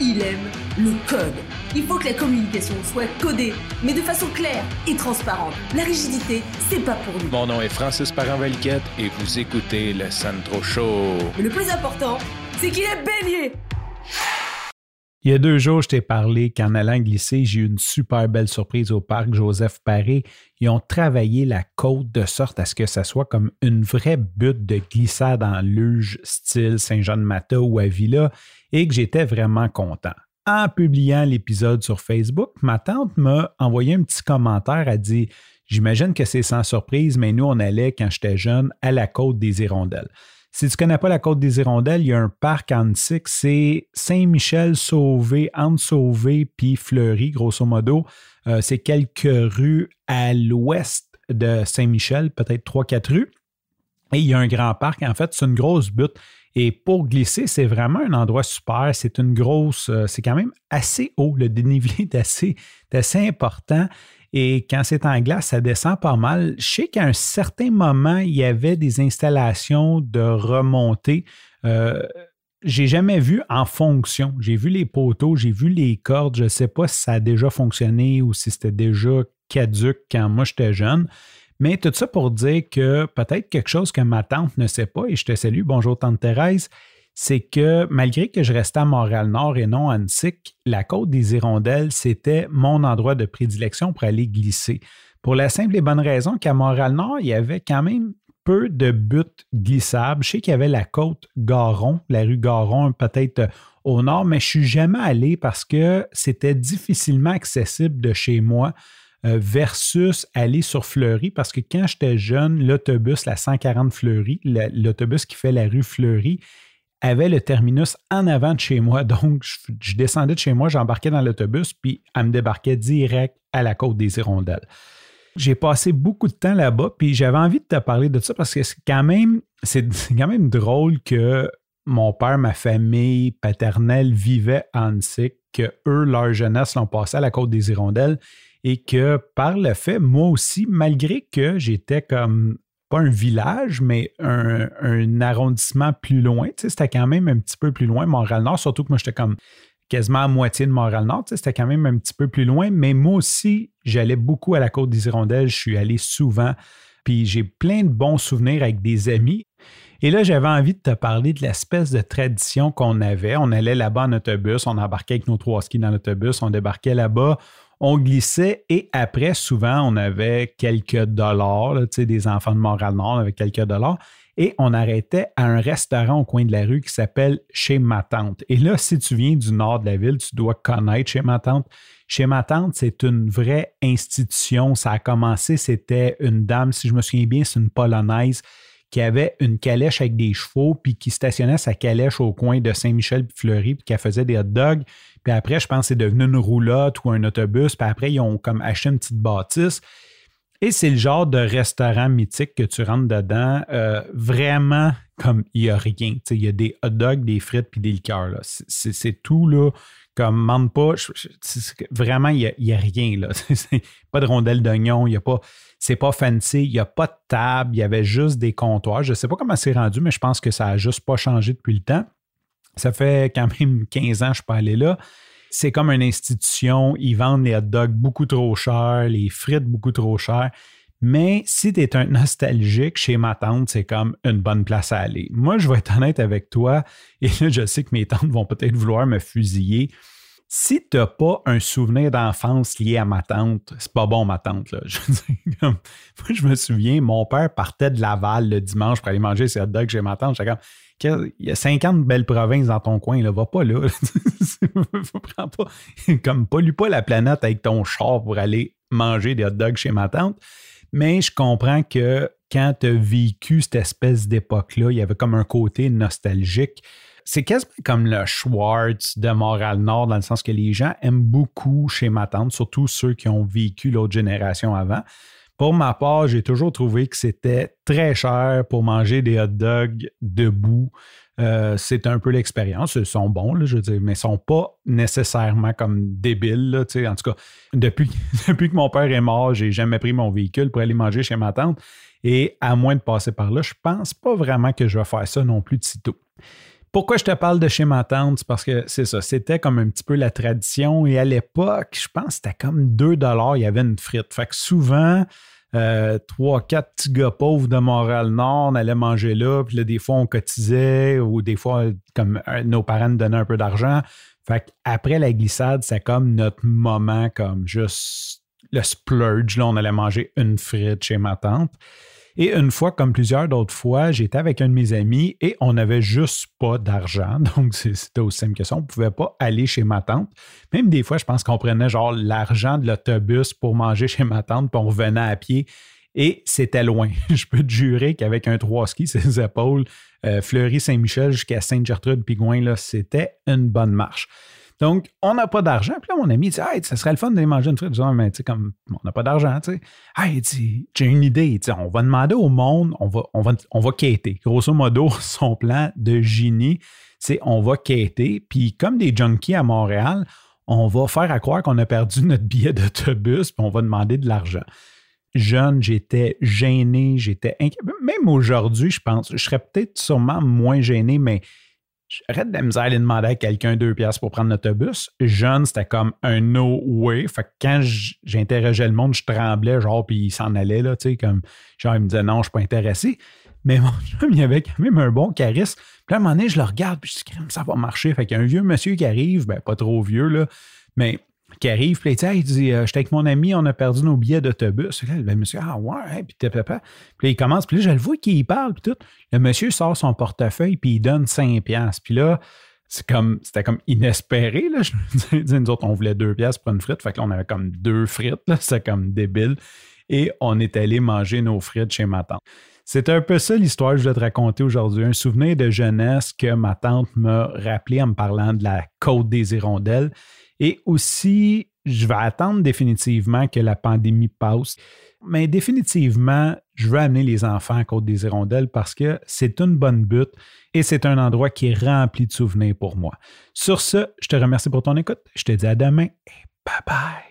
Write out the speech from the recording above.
il aime le code. Il faut que la communication soit codée, mais de façon claire et transparente. La rigidité, c'est pas pour nous. Mon nom est Francis Parent-Valquette et vous écoutez le Sandro Show. Mais le plus important, c'est qu'il est bélier. Il y a 2 jours, je t'ai parlé qu'en allant glisser, j'ai eu une super belle surprise au parc Joseph-Paré. Ils ont travaillé la côte de sorte à ce que ça soit comme une vraie butte de glissade en luge style Saint-Jean-de-Mata ou Avila et que j'étais vraiment content. En publiant l'épisode sur Facebook, ma tante m'a envoyé un petit commentaire. Elle dit « J'imagine que c'est sans surprise, mais nous, on allait, quand j'étais jeune, à la côte des Hirondelles. » Si tu ne connais pas la côte des Hirondelles, il y a un parc en Annecy, c'est Saint-Michel-Sauvé, entre Sauvé puis Fleury, grosso modo. C'est quelques rues à l'ouest de Saint-Michel, peut-être 3-4 rues. Et il y a un grand parc. En fait, c'est une grosse butte. Et pour glisser, c'est vraiment un endroit super. C'est une grosse... c'est quand même assez haut. Le dénivelé est assez important. Et quand c'est en glace, ça descend pas mal. Je sais qu'à un certain moment, il y avait des installations de remontée. J'ai jamais vu en fonction. J'ai vu les poteaux, j'ai vu les cordes. Je ne sais pas si ça a déjà fonctionné ou si c'était déjà caduc quand moi j'étais jeune. Mais tout ça pour dire que peut-être quelque chose que ma tante ne sait pas, et je te salue, bonjour tante Thérèse, c'est que malgré que je restais à Montréal-Nord et non à Annecy, la côte des Hirondelles, c'était mon endroit de prédilection pour aller glisser. Pour la simple et bonne raison qu'à Montréal-Nord, il y avait quand même peu de buttes glissables. Je sais qu'il y avait la côte Garon, la rue Garon, peut-être au nord, mais je ne suis jamais allé parce que c'était difficilement accessible de chez moi versus aller sur Fleury, parce que quand j'étais jeune, l'autobus, la 140 Fleury, l'autobus qui fait la rue Fleury, avait le terminus en avant de chez moi. Donc, je descendais de chez moi, j'embarquais dans l'autobus, puis elle me débarquait direct à la côte des Hirondelles. J'ai passé beaucoup de temps là-bas, puis j'avais envie de te parler de ça parce que c'est quand même drôle que mon père, ma famille paternelle vivaient à Annecy, que eux, leur jeunesse, l'ont passé à la côte des Hirondelles et que par le fait, moi aussi, malgré que j'étais comme pas un village, mais un arrondissement plus loin. Tu sais, c'était quand même un petit peu plus loin, Montréal-Nord, surtout que moi, j'étais comme quasiment à moitié de Montréal-Nord. Tu sais, c'était quand même un petit peu plus loin, mais moi aussi, j'allais beaucoup à la côte des Hirondelles. Je suis allé souvent, puis j'ai plein de bons souvenirs avec des amis. Et là, j'avais envie de te parler de l'espèce de tradition qu'on avait. On allait là-bas en autobus, on embarquait avec nos 3 skis dans l'autobus, on débarquait là-bas, on glissait et après, souvent, on avait quelques dollars, là, des enfants de Montréal-Nord, on avait quelques dollars et on arrêtait à un restaurant au coin de la rue qui s'appelle Chez ma tante. Et là, si tu viens du nord de la ville, tu dois connaître Chez ma tante. Chez ma tante, c'est une vraie institution. Ça a commencé, c'était une dame, si je me souviens bien, c'est une Polonaise qui avait une calèche avec des chevaux puis qui stationnait sa calèche au coin de Saint-Michel et Fleury puis qu'elle faisait des hot dogs. Puis après, je pense que c'est devenu une roulotte ou un autobus. Puis après, ils ont comme acheté une petite bâtisse. Et c'est le genre de restaurant mythique que tu rentres dedans. Vraiment, comme il n'y a rien. Il y a des hot dogs, des frites puis des liqueurs. Là. C'est tout, là. Comme, demande pas. Vraiment, il n'y a rien, là. Pas de rondelles d'oignon, il n'y a pas. C'est pas fancy, il n'y a pas de table, il y avait juste des comptoirs. Je ne sais pas comment c'est rendu, mais je pense que ça n'a juste pas changé depuis le temps. Ça fait quand même 15 ans que je ne suis pas allé là. C'est comme une institution. Ils vendent les hot dogs beaucoup trop chers, les frites beaucoup trop chères. Mais si tu es un nostalgique, chez ma tante, c'est comme une bonne place à aller. Moi, je vais être honnête avec toi. Et là, je sais que mes tantes vont peut-être vouloir me fusiller. Si tu n'as pas un souvenir d'enfance lié à ma tante, c'est pas bon, ma tante. Là. Je veux dire, moi, je me souviens, mon père partait de Laval le dimanche pour aller manger ses hot dogs chez ma tante. J'étais comme, il y a 50 belles provinces dans ton coin, là, va pas là. Prends pas, comme, pollue pas la planète avec ton char pour aller manger des hot dogs chez ma tante. Mais je comprends que quand tu as vécu cette espèce d'époque-là, il y avait comme un côté nostalgique. C'est quasiment comme le Schwartz de Montréal-Nord, dans le sens que les gens aiment beaucoup chez ma tante, surtout ceux qui ont vécu l'autre génération avant. Pour ma part, j'ai toujours trouvé que c'était très cher pour manger des hot dogs debout. C'est un peu l'expérience. Ils sont bons, là, je veux dire, mais ils ne sont pas nécessairement comme débiles. Là, en tout cas, depuis que mon père est mort, je n'ai jamais pris mon véhicule pour aller manger chez ma tante. Et à moins de passer par là, je ne pense pas vraiment que je vais faire ça non plus de sitôt. Pourquoi je te parle de chez ma tante? C'est parce que c'est ça, c'était comme un petit peu la tradition. Et à l'époque, je pense que c'était comme 2 $, il y avait une frite. Fait que souvent, 3-4 petits gars pauvres de Montréal-Nord, on allait manger là. Puis là, des fois, on cotisait ou des fois, comme nos parents nous donnaient un peu d'argent. Fait qu'après la glissade, c'est comme notre moment, comme juste le splurge. Là, on allait manger une frite chez ma tante. Et une fois, comme plusieurs d'autres fois, j'étais avec un de mes amis et on n'avait juste pas d'argent. Donc, c'était aussi simple que ça. On ne pouvait pas aller chez ma tante. Même des fois, je pense qu'on prenait genre l'argent de l'autobus pour manger chez ma tante, puis on revenait à pied. Et c'était loin. Je peux te jurer qu'avec un 3 skis sur les épaules, Fleury-Saint-Michel jusqu'à Sainte-Gertrude-Pigouin, là, c'était une bonne marche. Donc, on n'a pas d'argent. Puis là, mon ami dit, hey, ça serait le fun d'aller manger une frite. Je dis, mais tu sais, comme on n'a pas d'argent, tu sais. Hey, il dit, j'ai une idée. On va demander au monde, on va quêter. Grosso modo, son plan de génie, c'est on va quêter. Puis comme des junkies à Montréal, on va faire à croire qu'on a perdu notre billet d'autobus, puis on va demander de l'argent. Jeune, j'étais gêné, j'étais inquiet. Même aujourd'hui, je pense, je serais peut-être sûrement moins gêné, mais j'arrête de la misère à aller demander à quelqu'un 2 $ pour prendre l'autobus. Jeune, c'était comme un no way. Fait que quand j'interrogeais le monde, je tremblais, genre, puis il s'en allait, là, tu sais, comme, genre, il me disait non, je suis pas intéressé. Mais mon chum, il avait quand même un bon charisme. Puis à un moment donné, je le regarde, puis je dis, ça va marcher. Fait qu'il y a un vieux monsieur qui arrive, ben, pas trop vieux, là, mais qui arrive, puis il dit, j'étais avec mon ami, on a perdu nos billets d'autobus. Là, le monsieur, ah ouais, puis papa. Puis là, il commence, puis là, je le vois qui parle, puis tout. Le monsieur sort son portefeuille, puis il donne 5 $. Puis là, c'était comme inespéré, là. Je me dis, nous autres, on voulait 2 $ pour une frite, fait que là, on avait comme 2 frites, là. C'était comme débile. Et on est allé manger nos frites chez ma tante. C'est un peu ça l'histoire que je voulais te raconter aujourd'hui. Un souvenir de jeunesse que ma tante m'a rappelé en me parlant de la Côte des Hirondelles. Et aussi, je vais attendre définitivement que la pandémie passe. Mais définitivement, je veux amener les enfants à Côte des Hirondelles parce que c'est une bonne butte et c'est un endroit qui est rempli de souvenirs pour moi. Sur ce, je te remercie pour ton écoute. Je te dis à demain et bye bye.